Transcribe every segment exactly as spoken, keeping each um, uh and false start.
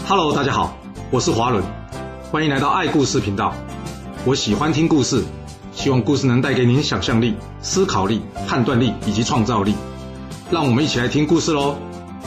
Hello， 大家好，我是华伦，欢迎来到爱故事频道。我喜欢听故事，希望故事能带给您想象力、思考力、判断力以及创造力。让我们一起来听故事喽。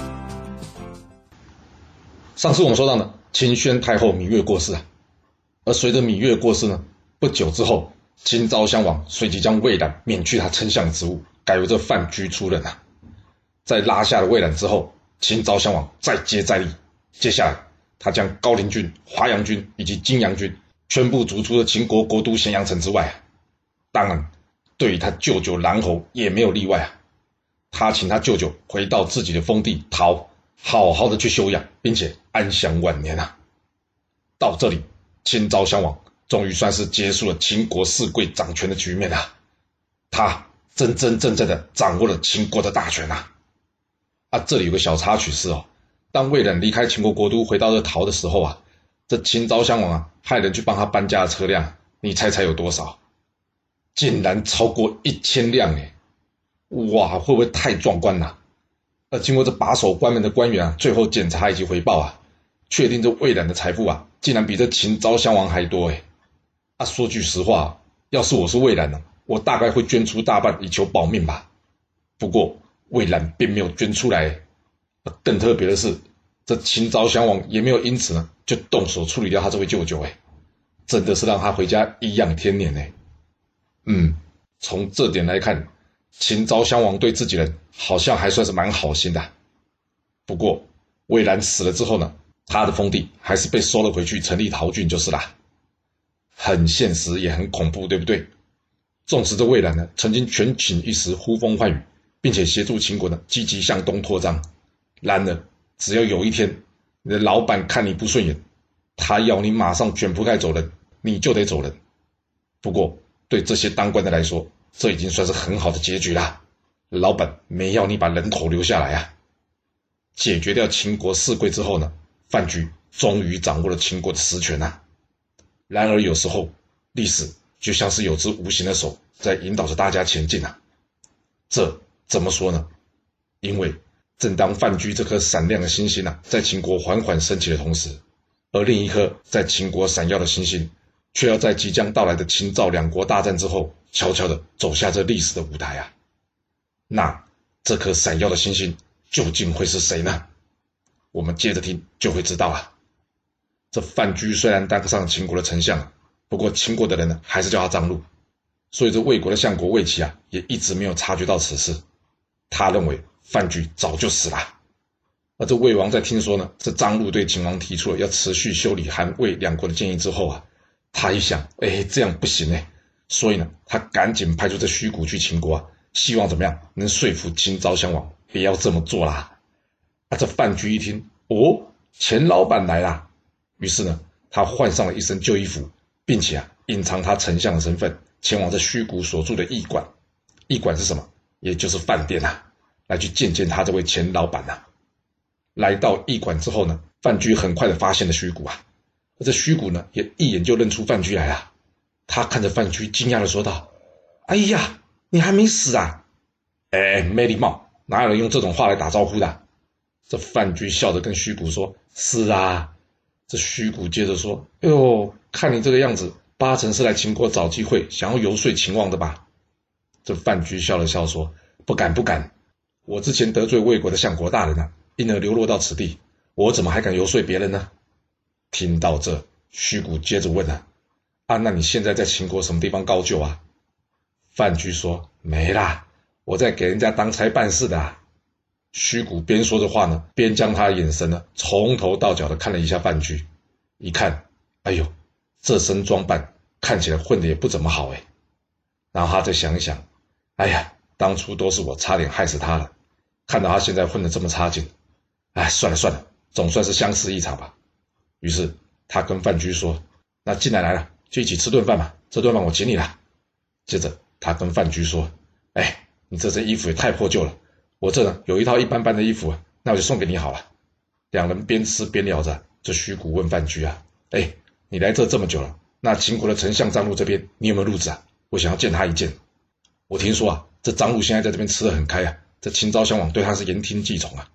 上次我们说到呢，清宣太后芈月过世啊，而随着芈月过世呢，不久之后，秦昭襄王随即将魏冉免去他丞相的职务，改由这范雎出任啊。在拉下了魏冉之后，秦昭襄王再接再厉，接下来他将高陵郡、华阳郡以及荆阳郡全部逐出了秦国国都咸阳城之外啊。当然，对于他舅舅蓝侯也没有例外啊。他请他舅舅回到自己的封地陶，好好的去休养，并且安享晚年啊。到这里，秦昭襄王终于算是结束了秦国四贵掌权的局面啊。他真真正正的掌握了秦国的大权啊。啊，这里有个小插曲是哦，当魏冉离开秦国国都回到这陶的时候啊，这秦昭襄王啊派人去帮他搬家的车辆，你猜猜有多少？竟然超过一千辆耶！哇，会不会太壮观了？而经过这把守关门的官员啊，最后检查以及回报啊，确定这魏冉的财富啊，竟然比这秦昭襄王还多诶。啊，说句实话，要是我是魏冉呢，我大概会捐出大半以求保命吧。不过魏冉并没有捐出来，更特别的是，这秦昭襄王也没有因此呢就动手处理掉他这位舅舅，哎，真的是让他回家颐养天年哎。嗯，从这点来看，秦昭襄王对自己人好像还算是蛮好心的。不过魏冉死了之后呢，他的封地还是被收了回去，成立陶郡就是啦。很现实也很恐怖，对不对？纵使这魏冉呢曾经权倾一时，呼风唤雨，并且协助秦国呢积极向东扩张，然而只要有一天你的老板看你不顺眼，他要你马上卷铺盖走人，你就得走人。不过对这些当官的来说，这已经算是很好的结局啦。老板没要你把人头留下来啊。解决掉秦国四贵之后呢，范雎终于掌握了秦国的实权啊。然而有时候历史就像是有只无形的手在引导着大家前进啊。这怎么说呢？因为正当范雎这颗闪亮的星星啊，在秦国缓缓升起的同时，而另一颗在秦国闪耀的星星，却要在即将到来的秦赵两国大战之后，悄悄地走下这历史的舞台啊。那这颗闪耀的星星究竟会是谁呢？我们接着听就会知道啊。这范雎虽然当上秦国的丞相，不过秦国的人呢，还是叫他张禄，所以这魏国的相国魏齐啊，也一直没有察觉到此事。他认为范雎早就死了。而这魏王在听说呢，这张禄对秦王提出了要持续修理韩魏两国的建议之后啊，他一想，哎，这样不行哎，所以呢，他赶紧派出这虚谷去秦国啊，希望怎么样能说服秦昭襄王不要这么做啦。啊，这范雎一听，哦，钱老板来啦，于是呢，他换上了一身旧衣服，并且啊，隐藏他丞相的身份，前往这虚谷所住的驿馆。驿馆是什么？也就是饭店啊，来去见见他这位钱老板啊。来到驿馆之后呢，范雎很快的发现了虚谷啊。而这虚谷呢，也一眼就认出范雎来了。他看着范雎，惊讶的说道：“哎呀，你还没死啊？”哎，没礼貌，哪有人用这种话来打招呼的？这范雎笑着跟虚谷说：“是啊。”这虚谷接着说：“哎呦，看你这个样子，八成是来秦国找机会，想要游说秦王的吧？”这范雎笑了笑说：“不敢不敢，我之前得罪魏国的相国大人啊，因而流落到此地，我怎么还敢游说别人呢？”听到这，虚谷接着问啊：“啊，那你现在在秦国什么地方高就啊？”范雎说：“没啦，我在给人家当差办事的啊。”虚谷边说着话呢，边将他的眼神呢从头到脚的看了一下范雎，一看，哎呦，这身装扮看起来混得也不怎么好哎。然后他再想一想，哎呀，当初都是我差点害死他了，看到他现在混得这么差劲，哎，算了算了，总算是相识一场吧。于是他跟范雎说：“那既然来了，就一起吃顿饭吧，这顿饭我请你了。”接着他跟范雎说：“哎，你这身衣服也太破旧了，我这呢有一套一般般的衣服，那我就送给你好了。”两人边吃边聊着，这虚谷问范雎啊：“哎，你来这这么久了，那秦国的丞相张禄这边你有没有路子啊？我想要见他一见。我听说啊，这张禄现在在这边吃得很开啊，这秦昭襄王对他是言听计从啊。”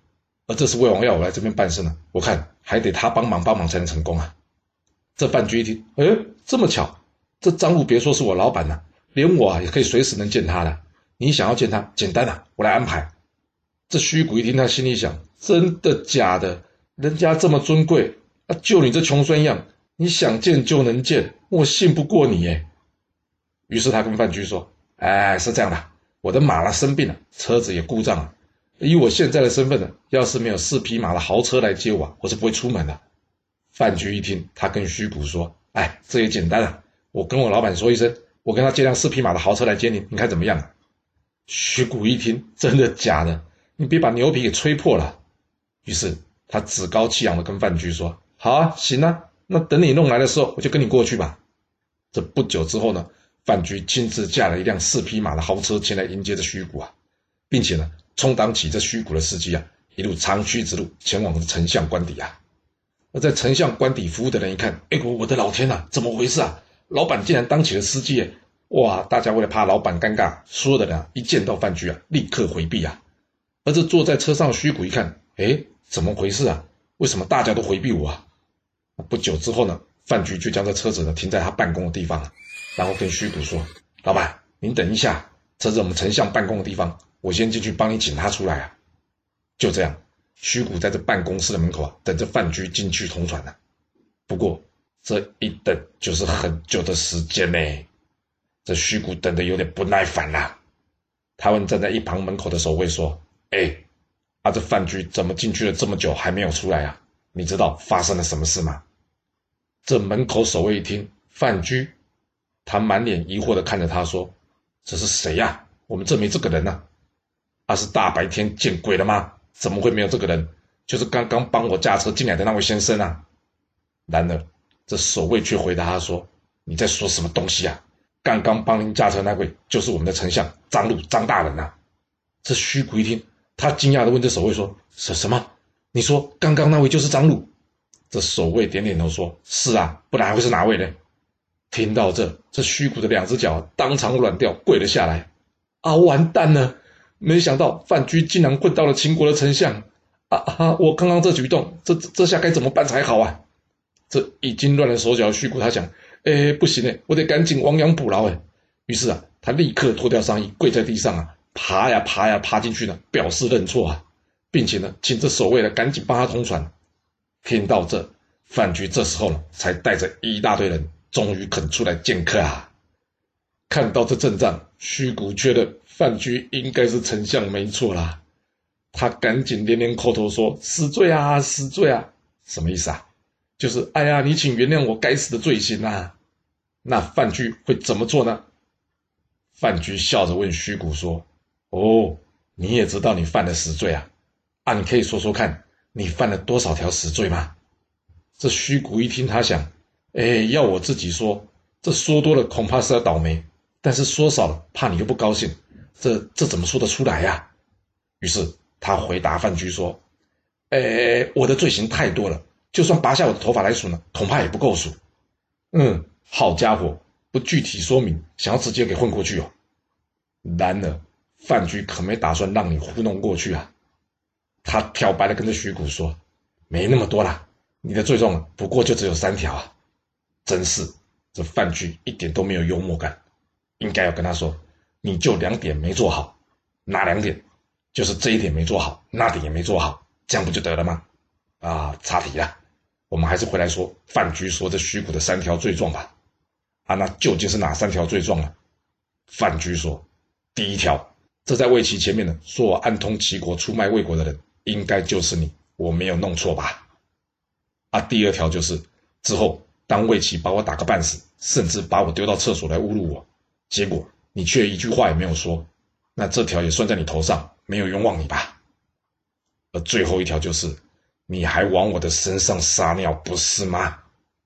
而这次魏王要我来这边办事呢，我看还得他帮忙帮忙才能成功啊。这范雎一听，哎，这么巧，这张禄别说是我老板呢，连我啊也可以随时能见他的。你想要见他，简单啊，我来安排。这虚谷一听，他心里想，真的假的？人家这么尊贵，啊，就你这穷酸样，你想见就能见，我信不过你耶。于是他跟范雎说，哎，是这样的，我的马呢生病了，车子也故障了。以我现在的身份呢，要是没有四匹马的豪车来接我，我是不会出门的。范雎一听，他跟虚谷说，哎，这也简单啊，我跟我老板说一声，我跟他借辆四匹马的豪车来接你，你看怎么样？虚谷一听，真的假的？你别把牛皮给吹破了。于是他趾高气扬的跟范雎说，好啊，行啊，那等你弄来的时候，我就跟你过去吧。这不久之后呢，范雎亲自驾了一辆四匹马的豪车前来迎接着虚谷啊，并且呢，充当起这虚谷的司机啊，一路长驱直入前往丞相官邸啊。而在丞相官邸服务的人一看，哎，我的老天啊，怎么回事啊？老板竟然当起了司机耶！哇，大家为了怕老板尴尬，所有的人啊，一见到范雎啊，立刻回避啊。而这坐在车上的虚谷一看，哎，怎么回事啊？为什么大家都回避我啊？不久之后呢，范雎就将这车子呢停在他办公的地方，然后跟虚谷说，老板，您等一下，这是我们丞相办公的地方，我先进去帮你请他出来啊。就这样，虚谷在这办公室的门口啊，等着范雎进去同船啊。不过这一等就是很久的时间呢，这虚谷等得有点不耐烦啦。他问站在一旁门口的守卫说，哎，啊这范雎怎么进去了这么久还没有出来啊？你知道发生了什么事吗？这门口守卫一听，范雎，他满脸疑惑的看着他说，这是谁呀、啊？我们这没这个人啊。啊是大白天见鬼了吗？怎么会没有这个人？就是刚刚帮我驾车进来的那位先生啊。然而这守卫却回答他说，你在说什么东西啊？刚刚帮您驾车那位就是我们的丞相张禄张大人啊。这虚谷一听，他惊讶地问这守卫说，什什么？你说刚刚那位就是张禄？这守卫点点头说，是啊，不然还会是哪位呢？听到这，这虚谷的两只脚当场软掉，跪了下来。啊，完蛋了！没想到范雎竟然混到了秦国的丞相啊啊！我刚刚这举动，这这下该怎么办才好啊？这已经乱了手脚的虚谷，他想，哎，不行哎，我得赶紧亡羊补牢哎。于是啊，他立刻脱掉上衣，跪在地上啊，爬呀爬呀爬进去呢，表示认错啊，并且呢，请这守卫呢赶紧帮他通传。听到这，范雎这时候呢，才带着一大堆人，终于肯出来见客啊。看到这阵仗，虚谷觉得范雎应该是丞相没错啦，他赶紧连连叩头说，死罪啊，死罪啊！什么意思啊？就是哎呀，你请原谅我该死的罪行啊。那范雎会怎么做呢？范雎笑着问虚谷说，哦，你也知道你犯了死罪啊？啊，你可以说说看，你犯了多少条死罪吗？这虚谷一听，他想，哎，要我自己说，这说多了恐怕是要倒霉，但是说少了怕你又不高兴，这这怎么说得出来呀、啊？于是他回答范雎说，哎，我的罪行太多了，就算拔下我的头发来数呢，恐怕也不够数。嗯，好家伙，不具体说明，想要直接给混过去哦。然而范雎可没打算让你糊弄过去啊。他挑白了跟着虚谷说，没那么多啦，你的罪状不过就只有三条啊。真是，这范雎一点都没有幽默感，应该要跟他说，你就两点没做好。哪两点？就是这一点没做好，那点也没做好，这样不就得了吗？啊，岔题了，我们还是回来说范雎说这虚谷的三条罪状吧。啊，那究竟是哪三条罪状呢？范雎说，第一条，这在魏齐前面呢，说我暗通齐国出卖魏国的人，应该就是你，我没有弄错吧？啊，第二条就是之后当魏齐把我打个半死，甚至把我丢到厕所来侮辱我，结果你却一句话也没有说，那这条也算在你头上，没有冤枉你吧？而最后一条就是你还往我的身上撒尿，不是吗？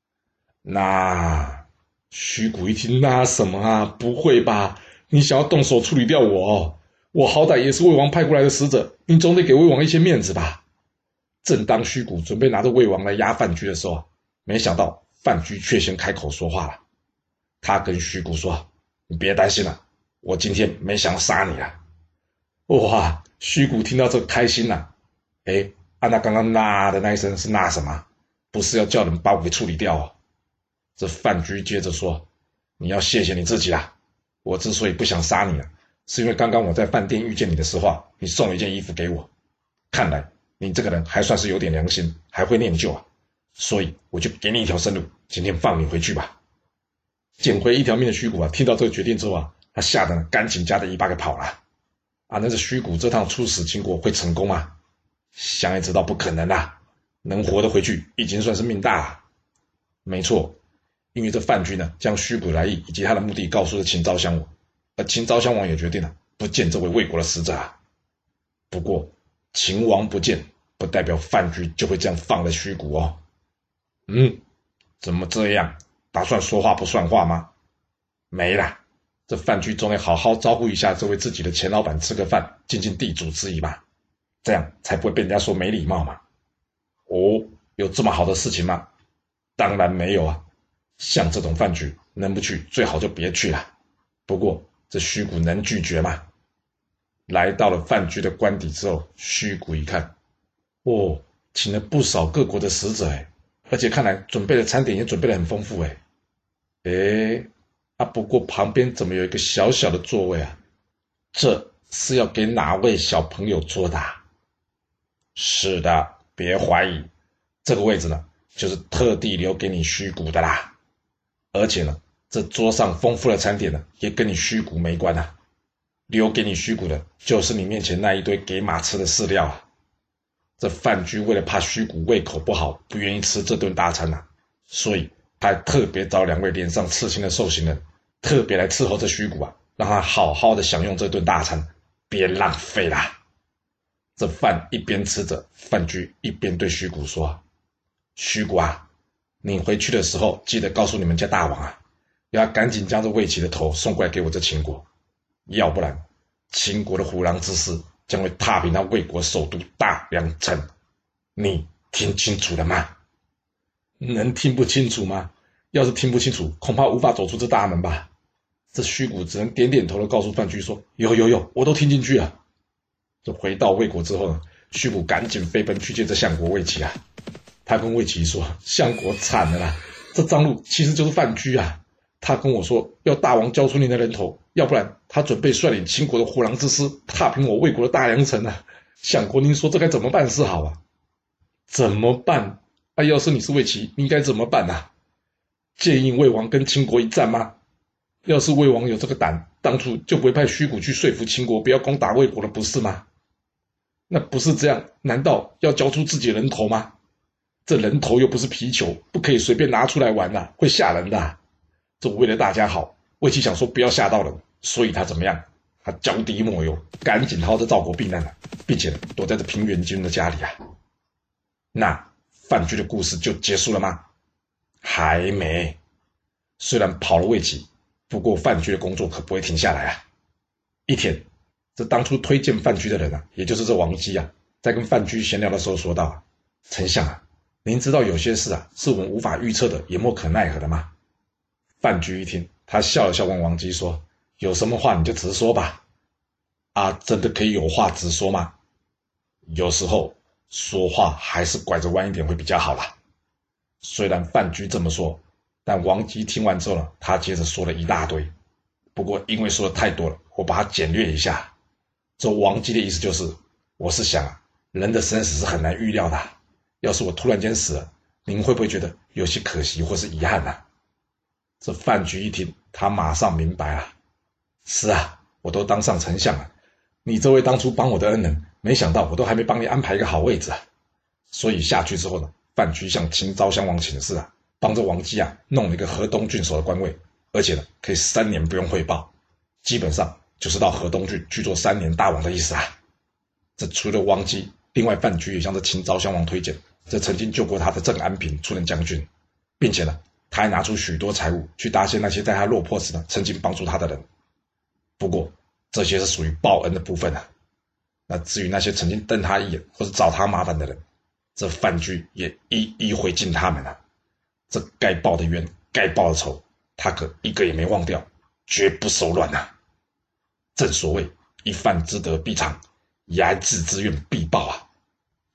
那虚谷一听，那什么啊？不会吧？你想要动手处理掉我哦？我好歹也是魏王派过来的使者，你总得给魏王一些面子吧？正当虚谷准备拿着魏王来压范雎的时候，没想到范雎却先开口说话了。他跟虚谷说，你别担心了，我今天没想杀你啊。哇，虚谷听到这个开心了、啊。诶， 啊，那刚刚那的那一声是那什么？不是要叫人把我给处理掉哦？这范雎接着说：“你要谢谢你自己啊！我之所以不想杀你啊，是因为刚刚我在饭店遇见你的时候啊，你送了一件衣服给我，看来你这个人还算是有点良心，还会念旧啊，所以我就给你一条生路，今天放你回去吧。”捡回一条命的虚谷啊，听到这个决定之后啊，他吓得赶紧夹着尾巴给跑了。啊，那这虚谷这趟出使秦国会成功吗？想也知道不可能啊，能活得回去已经算是命大了。没错，因为这范雎呢，将虚谷来意以及他的目的告诉了秦昭襄王，而秦昭襄王也决定了不见这位魏国的使者啊。不过秦王不见，不代表范雎就会这样放了虚谷哦。嗯，怎么这样？打算说话不算话吗？没啦，这范雎总得好好招呼一下这位自己的前老板吃个饭，尽尽地主之谊吧，这样才不会被人家说没礼貌嘛。哦，有这么好的事情吗？当然没有啊，像这种饭局能不去最好就别去了。不过这虚谷能拒绝吗？来到了饭局的官邸之后，虚谷一看，哦，请了不少各国的使者诶，而且看来准备的餐点也准备得很丰富诶。诶，啊，不过旁边怎么有一个小小的座位啊？这是要给哪位小朋友坐的啊？是的，别怀疑，这个位置呢，就是特地留给你虚谷的啦。而且呢，这桌上丰富的餐点呢，也跟你虚谷没关啊。留给你虚谷的，就是你面前那一堆给马吃的饲料啊。这范雎为了怕虚谷胃口不好，不愿意吃这顿大餐啊，所以他还特别找两位脸上刺青的受刑人，特别来伺候这虚谷啊，让他好好的享用这顿大餐，别浪费啦。这饭一边吃着，范雎一边对虚谷说：“虚谷啊，你回去的时候记得告诉你们家大王啊，要赶紧将这魏齐的头送过来给我这秦国，要不然秦国的虎狼之师将会踏平他魏国首都大梁城。你听清楚了吗？”能听不清楚吗？要是听不清楚，恐怕无法走出这大门吧。这虚谷只能点点头的告诉范雎说：“有有有，我都听进去了。”这回到魏国之后呢，虚谷赶紧飞奔去见这相国魏齐啊。他跟魏齐说：“相国惨了啦，这张禄其实就是范雎啊。他跟我说要大王交出您的人头，要不然他准备率领秦国的虎狼之师踏平我魏国的大梁城啊。相国您说这该怎么办是好啊？”怎么办？啊，要是你是魏齐，你该怎么办啊？建议魏王跟秦国一战吗？要是魏王有这个胆，当初就不会派虚谷去说服秦国不要攻打魏国了，不是吗？那不是这样，难道要交出自己的人头吗？这人头又不是皮球，不可以随便拿出来玩啊，会吓人的啊。这为了大家好，魏齐想说不要吓到人，所以他怎么样？他脚底抹油，赶紧逃着赵国避难了，并且躲在这平原君的家里啊。那范雎的故事就结束了吗？还没。虽然跑了魏齐，不过范雎的工作可不会停下来啊。一天，这当初推荐范雎的人啊，也就是这王姬啊，在跟范雎闲聊的时候说道啊：“丞相啊，您知道有些事啊，是我们无法预测的，也莫可奈何的吗？”范雎一听，他笑了笑，问王姬说：“有什么话你就直说吧。”啊，真的可以有话直说吗？有时候说话还是拐着弯一点会比较好啦。虽然范雎这么说，但王姬听完之后呢，他接着说了一大堆。不过因为说的太多了，我把它简略一下。这王姬的意思就是，我是想啊，人的生死是很难预料的。要是我突然间死了，您会不会觉得有些可惜或是遗憾呢？这范雎一听，他马上明白了。是啊，我都当上丞相了，你这位当初帮我的恩人，没想到我都还没帮你安排一个好位置啊。所以下去之后呢，范雎向秦昭襄王请示啊，帮着王姬啊弄了一个河东郡守的官位，而且呢可以三年不用汇报，基本上就是到河东郡去做三年大王的意思啊。这除了王姬，另外范雎也向这秦昭襄王推荐这曾经救过他的郑安平出任将军，并且呢他还拿出许多财物去答谢那些在他落魄时呢曾经帮助他的人。不过这些是属于报恩的部分啊。那至于那些曾经瞪他一眼或是找他麻烦的人，这范雎也一一回敬他们啊。这该报的冤，该报的仇，他可一个也没忘掉，绝不手软啊。正所谓一饭之德必偿，一爱之之怨必报啊。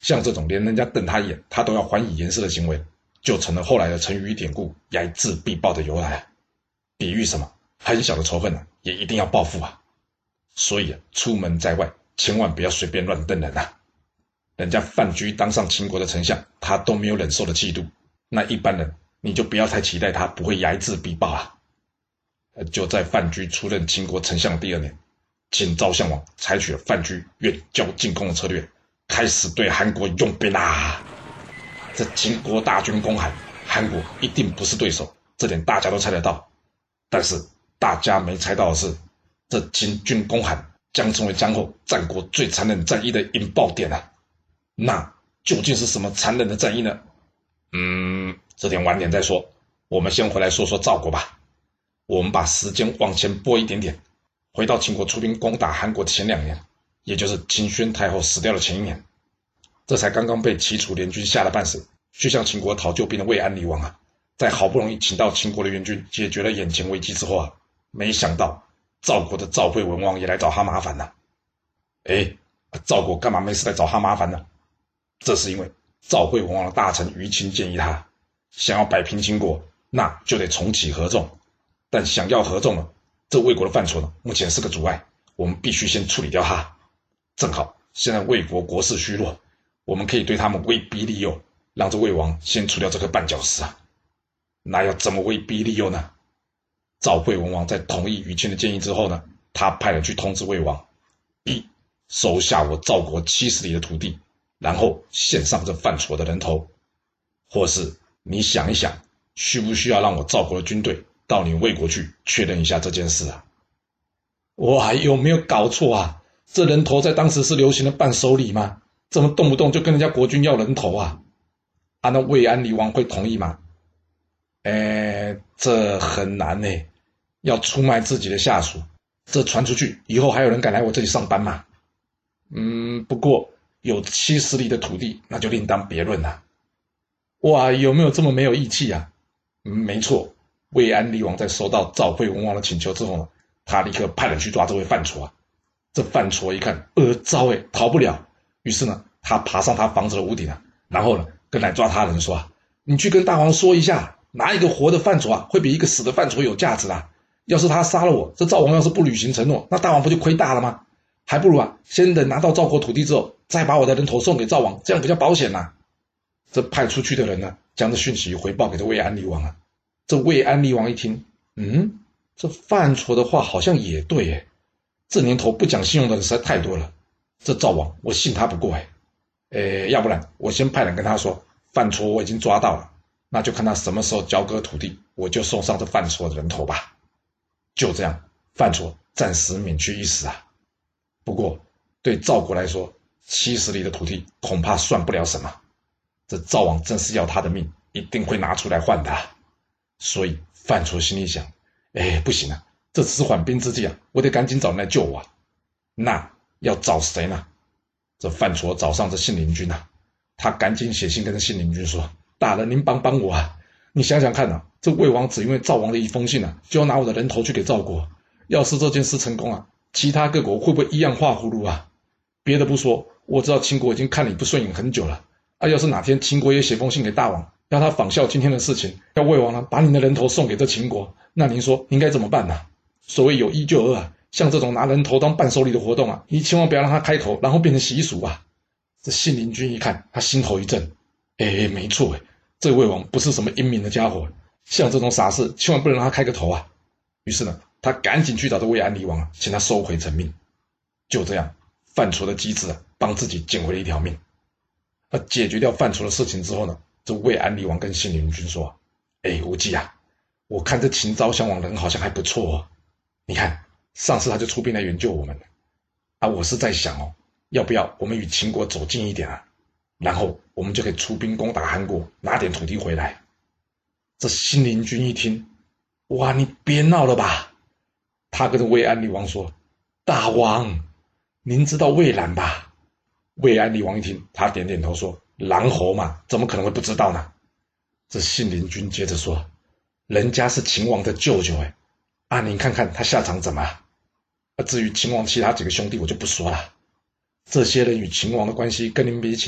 像这种连人家瞪他一眼他都要还以颜色的行为，就成了后来的成语典故睚眦必报的由来啊。比喻什么？很小的仇恨啊，也一定要报复啊。所以啊，出门在外千万不要随便乱瞪人啊。人家范雎当上秦国的丞相，他都没有忍受的气度，那一般人你就不要太期待他不会睚眦必报啊。就在范雎出任秦国丞相的第二年，秦昭襄王采取了范雎远交近攻的策略，开始对韩国用兵啦。这秦国大军攻韩，韩国一定不是对手，这点大家都猜得到。但是大家没猜到的是，这秦军攻韩将成为战后战国最残忍战役的引爆点啊。那究竟是什么残忍的战役呢？嗯，这点晚点再说，我们先回来说说赵国吧。我们把时间往前拨一点点，回到秦国出兵攻打韩国的前两年，也就是秦宣太后死掉的前一年。这才刚刚被齐楚联军吓了半死，去向秦国讨救兵的魏安厉王啊，在好不容易请到秦国的援军解决了眼前危机之后啊，没想到赵国的赵惠文王也来找他麻烦了。诶，赵国干嘛没事来找他麻烦呢？这是因为赵惠文王的大臣于秦建议他，想要摆平秦国，那就得重启合纵。但想要合纵呢，这魏国的范畴呢，目前是个阻碍，我们必须先处理掉他。正好现在魏国国势虚弱，我们可以对他们威逼利诱，让这魏王先除掉这颗绊脚石啊。那要怎么威逼利诱呢？赵惠文王在同意于秦的建议之后呢，他派人去通知魏王：一，收下我赵国七十里的土地，然后献上这范畴的人头；或是你想一想，需不需要让我赵国的军队到你魏国去确认一下这件事啊？哇，有没有搞错啊？这人头在当时是流行的伴手礼吗？怎么动不动就跟人家国君要人头啊？啊，那魏安厉王会同意吗？诶，这很难呢。要出卖自己的下属，这传出去以后还有人敢来我这里上班吗？嗯，不过有七十里的土地，那就另当别论了。哇，有没有这么没有义气啊？嗯，没错。魏安厉王在收到赵惠文王的请求之后呢，他立刻派人去抓这位范畴啊。这范畴一看，呃，糟诶，逃不了。于是呢，他爬上他房子的屋顶啊，然后呢，跟来抓他的人说啊，你去跟大王说一下，哪一个活的范畴啊，会比一个死的范畴有价值啊？要是他杀了我，这赵王要是不履行承诺，那大王不就亏大了吗？还不如啊，先等拿到赵国土地之后，再把我的人头送给赵王，这样比较保险呐。这派出去的人呢，将这讯息回报给这魏安厉王啊。这魏安厉王一听，嗯，这范畴的话好像也对诶，这年头不讲信用的人实在太多了，这赵王我信他不过诶。诶，要不然我先派人跟他说，范畴我已经抓到了，那就看他什么时候交割土地，我就送上这范畴的人头吧。就这样，范畴暂时免去一死啊。不过对赵国来说，七十里的土地恐怕算不了什么，这赵王真是要他的命，一定会拿出来换的啊。所以范畴心里想，哎，不行啊，这只是缓兵之计啊，我得赶紧找人来救我啊。那要找谁呢？这范畴找上这信陵君啊，他赶紧写信跟这信陵君说，大人您帮帮我啊，你想想看啊，这魏王只因为赵王的一封信啊，就要拿我的人头去给赵国，要是这件事成功啊，其他各国会不会一样画葫芦啊？别的不说，我知道秦国已经看你不顺眼很久了啊，要是哪天秦国也写封信给大王，要他仿效今天的事情，要魏王呢把你的人头送给这秦国，那您说应该怎么办呢？所谓有一就二啊，像这种拿人头当伴手礼的活动啊，你千万不要让他开口，然后变成习俗啊。这信陵君一看，他心头一震，哎，没错哎，这魏王不是什么英明的家伙，像这种傻事千万不能让他开个头啊。于是呢，他赶紧去找这魏安厉王啊，请他收回成命。就这样，范畴的机智啊，帮自己捡回了一条命。而解决掉范畴的事情之后呢，这魏安厉王跟信陵君说，哎，无忌啊，我看这秦昭襄王人好像还不错哦，你看上次他就出兵来援救我们啊，我是在想哦，要不要我们与秦国走近一点啊，然后我们就可以出兵攻打韩国，拿点土地回来。这信陵君一听，哇，你别闹了吧。他跟着魏安厉王说，大王您知道魏冉吧？魏安厉王一听，他点点头说，狼侯嘛，怎么可能会不知道呢？这信陵君接着说，人家是秦王的舅舅哎，啊您看看他下场怎么啊？至于秦王其他几个兄弟我就不说了，这些人与秦王的关系跟您比起来，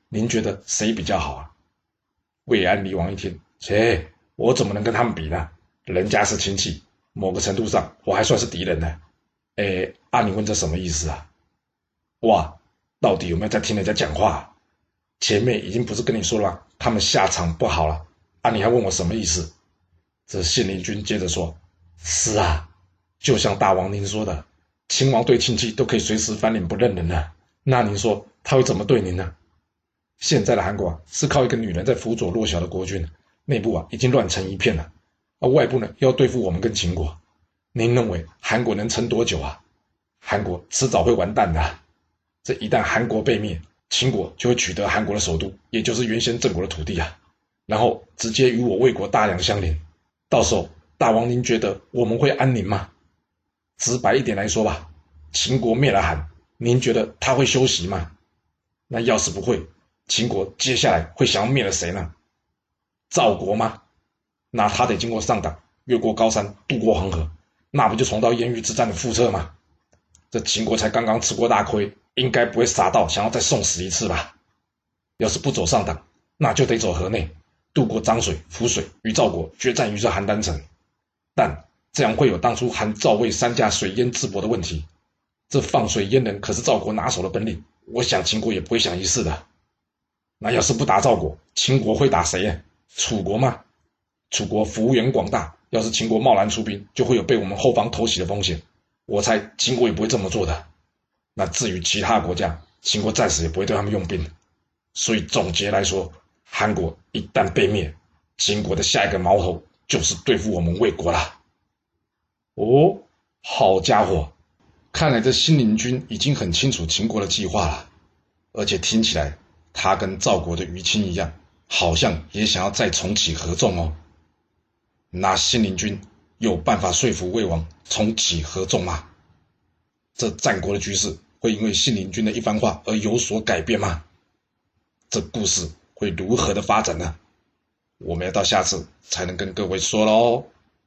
您觉得谁比较好啊？”魏安离王一听，切，我怎么能跟他们比呢？人家是亲戚，某个程度上我还算是敌人呢。哎，啊，你问这什么意思啊？哇，到底有没有在听人家讲话啊？前面已经不是跟你说了，他们下场不好了，啊，你还问我什么意思？这信陵君接着说，是啊，就像大王您说的，秦王对亲戚都可以随时翻脸不认人呢，那您说他会怎么对您呢？现在的韩国啊，是靠一个女人在辅佐弱小的国君，内部啊已经乱成一片了，而外部呢又要对付我们跟秦国，您认为韩国能撑多久啊？韩国迟早会完蛋的啊。这一旦韩国被灭，秦国就会取得韩国的首都，也就是原先郑国的土地啊，然后直接与我魏国大梁相连。到时候大王您觉得我们会安宁吗？直白一点来说吧，秦国灭了韩，您觉得他会休息吗？那要是不会，秦国接下来会想要灭了谁呢？赵国吗？那他得经过上党，越过高山，渡过黄河，那不就重蹈燕豫之战的覆辙吗？这秦国才刚刚吃过大亏，应该不会傻到想要再送死一次吧？要是不走上党，那就得走河内，渡过漳水、涪水，与赵国决战于这邯郸城。但这样会有当初韩赵魏三家水淹淄博的问题，这放水淹人可是赵国拿手的本领，我想秦国也不会想一试的。那要是不打赵国，秦国会打谁呀？楚国吗？楚国幅员广大，要是秦国贸然出兵，就会有被我们后方偷袭的风险。我猜秦国也不会这么做的。那至于其他国家，秦国暂时也不会对他们用兵。所以总结来说，韩国一旦被灭，秦国的下一个矛头就是对付我们魏国啦。哦，好家伙，看来这信陵君已经很清楚秦国的计划了，而且听起来他跟赵国的于亲一样，好像也想要再重启合纵哦。那信陵君有办法说服魏王重启合纵吗？这战国的局势会因为信陵君的一番话而有所改变吗？这故事会如何的发展呢？我们要到下次才能跟各位说咯。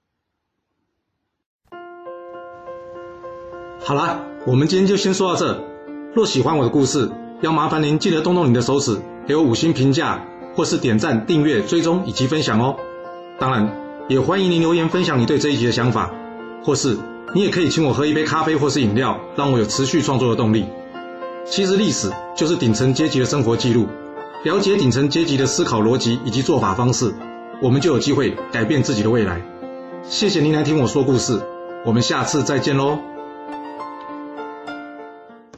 好啦，我们今天就先说到这。若喜欢我的故事，要麻烦您记得动动你的手指，给我五星评价，或是点赞、订阅、追踪以及分享哦。当然，也欢迎您留言分享你对这一集的想法，或是你也可以请我喝一杯咖啡或是饮料，让我有持续创作的动力。其实历史就是顶层阶级的生活记录，了解顶层阶级的思考逻辑以及做法方式，我们就有机会改变自己的未来。谢谢您来听我说故事，我们下次再见咯。